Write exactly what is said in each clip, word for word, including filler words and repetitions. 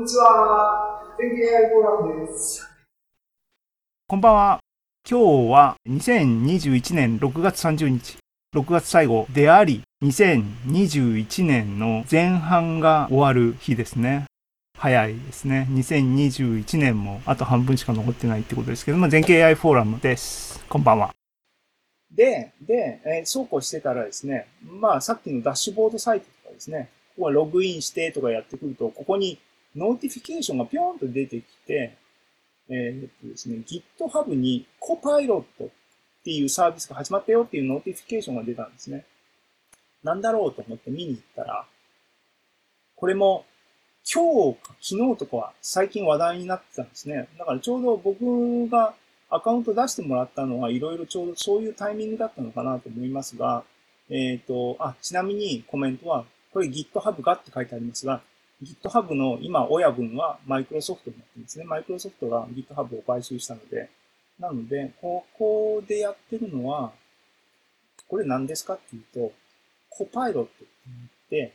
にちは。全景 エーアイ フォーラムです。 こんばんは。今日はにせんにじゅういちねんろくがつさんじゅうにち、ろくがつ最後であり、にせんにじゅういちねんの前半が終わる日ですね。早いですね。にせんにじゅういちねんもあと半分しか残ってないってことですけども、全景 エーアイ フォーラムです。こんばんは。で、で、えーそうこうしてたらですね、まあさっきのダッシュボードサイトとかですね、ここはログインしてとかやってくると、ここにノーティフィケーションがピョーンと出てきて、えーっとですね、GitHub に Copilot っていうサービスが始まったよっていうノーティフィケーションが出たんですね。なんだろうと思って見に行ったら、これも今日か昨日とかは最近話題になってたんですね。だからちょうど僕がアカウント出してもらったのはいろいろちょうどそういうタイミングだったのかなと思いますが、えっと、あ、ちなみにコメントは、これ GitHub がって書いてありますが、GitHub の今親分はマイクロソフトになってるんですね。マイクロソフトが GitHub を買収したので。なので、ここでやってるのは、これ何ですかっていうと、コパイロットって言って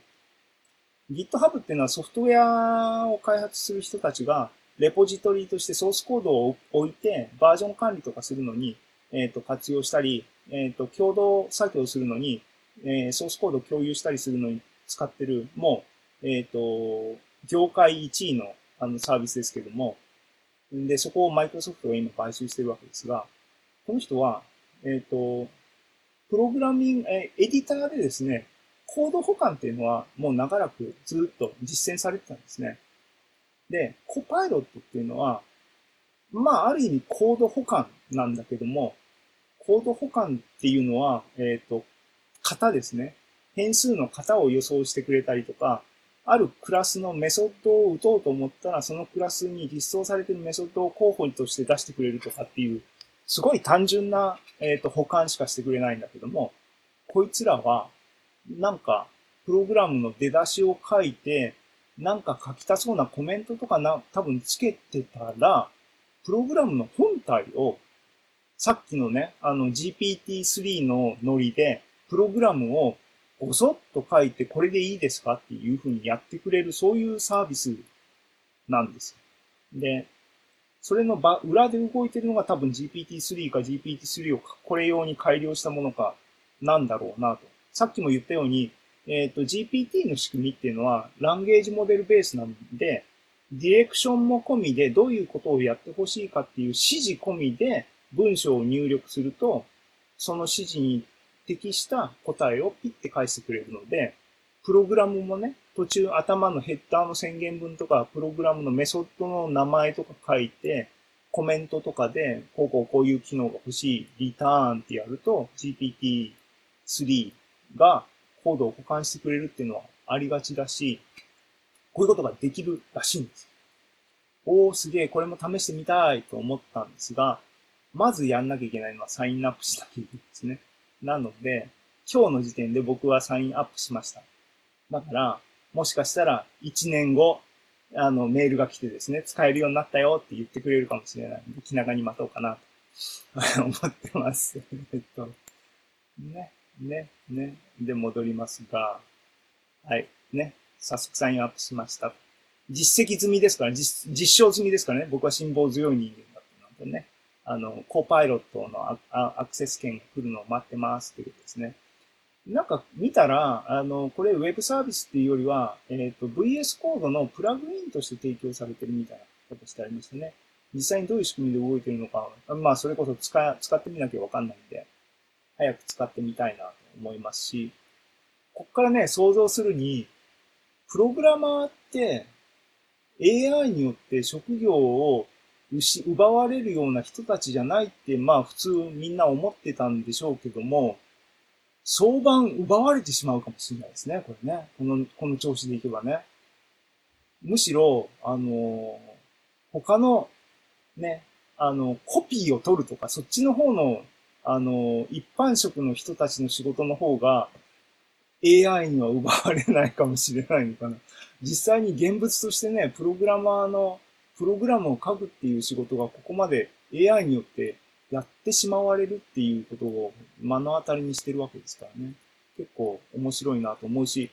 、GitHub っていうのはソフトウェアを開発する人たちがレポジトリとしてソースコードを置いてバージョン管理とかするのに、えっと活用したり、えっと共同作業するのに、えーソースコードを共有したりするのに使ってる、もう、えっと業界いちいのあのサービスですけども、で、そこをマイクロソフトが今買収してるわけですが、この人は、えっとプログラミング、えエディターでですね、コード保管っていうのはもう長らくずっと実践されてたんですね。で、コパイロットっていうのは、まあ、ある意味コード保管なんだけども、コード保管っていうのは、えっと、型ですね。変数の型を予想してくれたりとか、あるクラスのメソッドを打とうと思ったら、そのクラスに実装されているメソッドを候補として出してくれるとかっていう、すごい単純な、えっと、保管しかしてくれないんだけども、こいつらは、なんか、プログラムの出だしを書いて、なんか書きたそうなコメントとかな、多分つけてたら、プログラムの本体を、さっきのね、あの ジーピーティースリー のノリで、プログラムをごそっと書いてこれでいいですかっていうふうにやってくれる、そういうサービスなんですよ。で、それの裏で動いてるのが多分 ジーピーティースリー か ジーピーティースリー をこれ用に改良したものかなんだろうなと。さっきも言ったように、えっと、ジーピーティー の仕組みっていうのはランゲージモデルベースなので、ディレクションも込みでどういうことをやってほしいかっていう指示込みで文章を入力すると、その指示に適した答えをピッて返してくれるので、プログラムもね、途中頭のヘッダーの宣言文とか、プログラムのメソッドの名前とか書いて、コメントとかで、こうこうこういう機能が欲しい、リターンってやると、ジーピーティースリー がコードを保管してくれるっていうのはありがちだし、こういうことができるらしいんです。おー、すげえ、これも試してみたいと思ったんですが、まずやんなきゃいけないのはサインアップしなきゃいけないんですね。なので、今日の時点で僕はサインアップしました。だから、もしかしたらいちねんご、あの、メールが来てですね、使えるようになったよって言ってくれるかもしれないので、気長に待とうかなと思ってます。えっと、ね、ね、ね。で、戻りますが、はい、ね。早速サインアップしました。実績済みですから、実実証済みですからね。僕は辛抱強い人間だったのでね。あの、コーパイロットのアクセス権が来るのを待ってますということですね。なんか見たら、あの、これウェブサービスっていうよりは、えっ、ー、と、ブイエス コードのプラグインとして提供されてるみたいなことしてありましたね。実際にどういう仕組みで動いてるのか、まあ、それこそ使使ってみなきゃわかんないんで、早く使ってみたいなと思いますし、こっからね、想像するに、プログラマーって、エーアイ によって職業を奪われるような人たちじゃないって、まあ普通みんな思ってたんでしょうけども、早晩奪われてしまうかもしれないですね、これね。この、この調子でいけばね。むしろ、あの、他のね、あの、コピーを取るとか、そっちの方の、あの、一般職の人たちの仕事の方が エーアイ には奪われないかもしれないのかな。実際に現物としてね、プログラマーのプログラムを書くっていう仕事がここまで エーアイ によってやってしまわれるっていうことを目の当たりにしてるわけですからね。結構面白いなと思うし、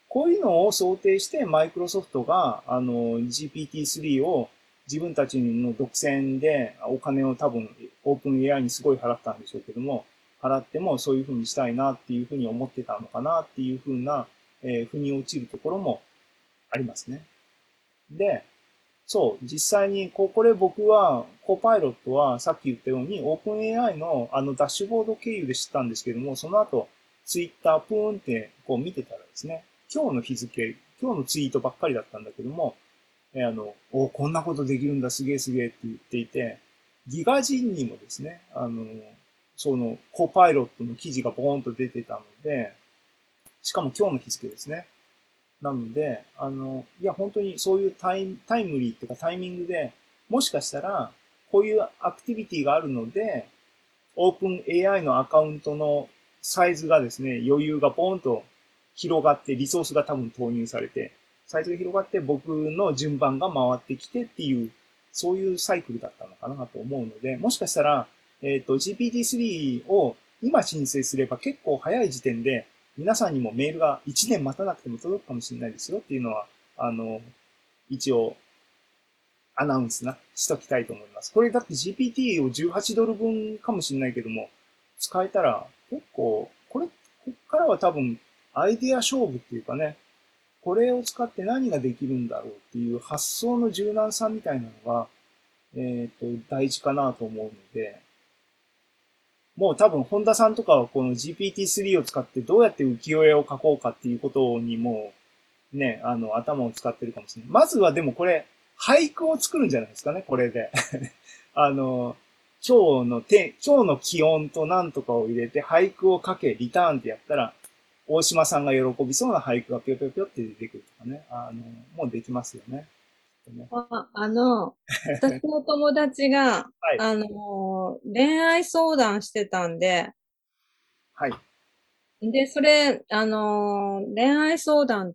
こういうのを想定してマイクロソフトがあの ジーピーティースリー を自分たちの独占でお金を多分オープン エーアイ にすごい払ったんでしょうけども、払ってもそういうふうにしたいなっていうふうに思ってたのかなっていうふうな、えー、腑に落ちるところもありますね。で、そう、実際に、ここれ僕は、コパイロットはさっき言ったように、オープン エーアイ のあのダッシュボード経由で知ったんですけども、その後、ツイッタープーンってこう見てたらですね、今日の日付、今日のツイートばっかりだったんだけども、えあの、お、こんなことできるんだ、すげえすげえって言っていて、ギガ人にもですね、あの、その、コパイロットの記事がボーンと出てたので、しかも今日の日付ですね。なので、あの、いや、本当にそういうタイタイムリーっていうかタイミングで、もしかしたら、こういうアクティビティがあるので、オープン エーアイ のアカウントのサイズがですね、余裕がボーンと広がって、リソースが多分投入されて、サイズが広がって僕の順番が回ってきてっていう、そういうサイクルだったのかなと思うので、もしかしたら、えっと、ジーピーティースリー を今申請すれば結構早い時点で、皆さんにもメールがいちねん待たなくても届くかもしれないですよっていうのは、あの、一応、アナウンスな、しときたいと思います。これだって ジーピーティー をじゅうはちドル分かもしれないけども、使えたら結構、これ、こっからは多分アイデア勝負っていうかね、これを使って何ができるんだろうっていう発想の柔軟さみたいなのが、えっと、大事かなと思うので、もう多分、本田さんとかはこの ジーピーティースリー を使ってどうやって浮世絵を描こうかっていうことにもう、ね、あの、頭を使ってるかもしれない。まずはでもこれ、俳句を作るんじゃないですかね、これで。あの、今日のて、今日の気温となんとかを入れて俳句を書け、リターンってやったら、大島さんが喜びそうな俳句がぴょぴょぴょって出てくるとかね。あの、もうできますよね。ねあ、あの、私の友達が、 はい。 あの、恋愛相談してたんで、 はい。 で、それ、あの、恋愛相談って、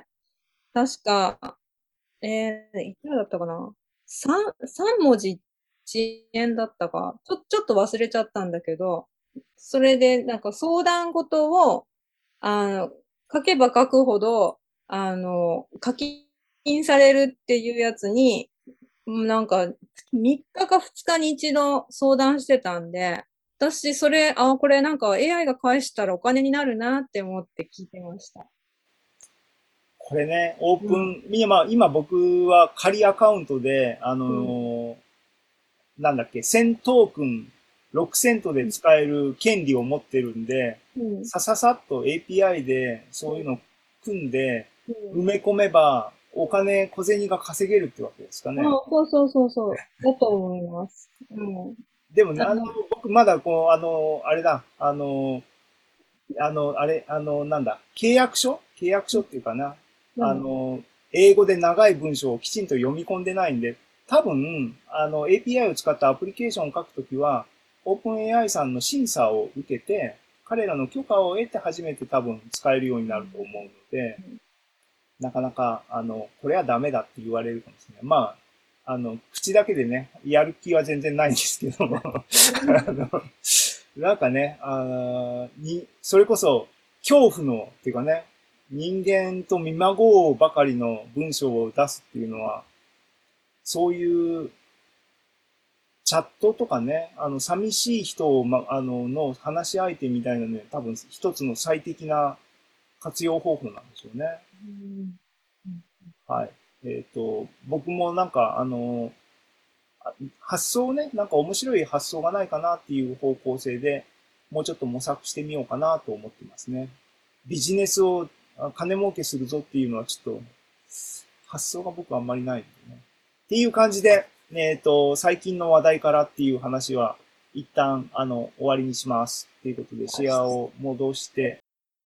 確か、えー、いくらだったかな？ さん、三文字いちえんだったか、ちょ、ちょっと忘れちゃったんだけど、それで、なんか相談事を、あの、書けば書くほど、あの、課金されるっていうやつに、なんか、みっかかふつかに一度相談してたんで、私、それ、あ、これなんか エーアイ が返したらお金になるなって思って聞いてました。 これね、オープうん。 ン、今、今僕は仮アカウントで、あのうん。 ーなんだっけ、せんトークン、ろくセントで使える権利を持ってるんで、 うん。 さささっと エーピーアイ でそういうの組んで、 うん。 埋め込めば、お金、小銭が稼げるってわけですかあ、 ね。 そうそうそうそう。だと思います。うん。 でもね、あの、 あの、 僕まだこう、あの、あれだ、あの、あの、あれ、あの、なんだ、契約書契約書っていうかな。 うん。 あの、英語で長い文章をきちんと読み込んでないんで、多分、あの、エーピーアイ を使ったアプリケーションを書くときは、オープン エーアイ さんの審査を受けて、彼らの許可を得て初めて多分使えるようになると思うので、なかなか、あの、これはダメだって言われるかもしれない。まあ、あの、口だけでね、やる気は全然ないんですけども、あの、なんかね、あに、それこそ、恐怖の、っていうかね、人間と見まごうばかりの文章を出すっていうのは、そういうチャットとかね、あの、寂しい人を、ま、あの、の話し相手みたいなね、多分一つの最適な活用方法なんでしょうね。 うん。 はい。えっと、僕もなんか、あの、発想ね、なんか面白い発想がないかなっていう方向性でもうちょっと模索してみようかなと思ってますね。ビジネスを金儲けするぞっていうのはちょっと発想が僕あんまりないんでね。っていう感じで、えっと、最近の話題からっていう話は一旦あの終わりにします。ということでシェアを戻して、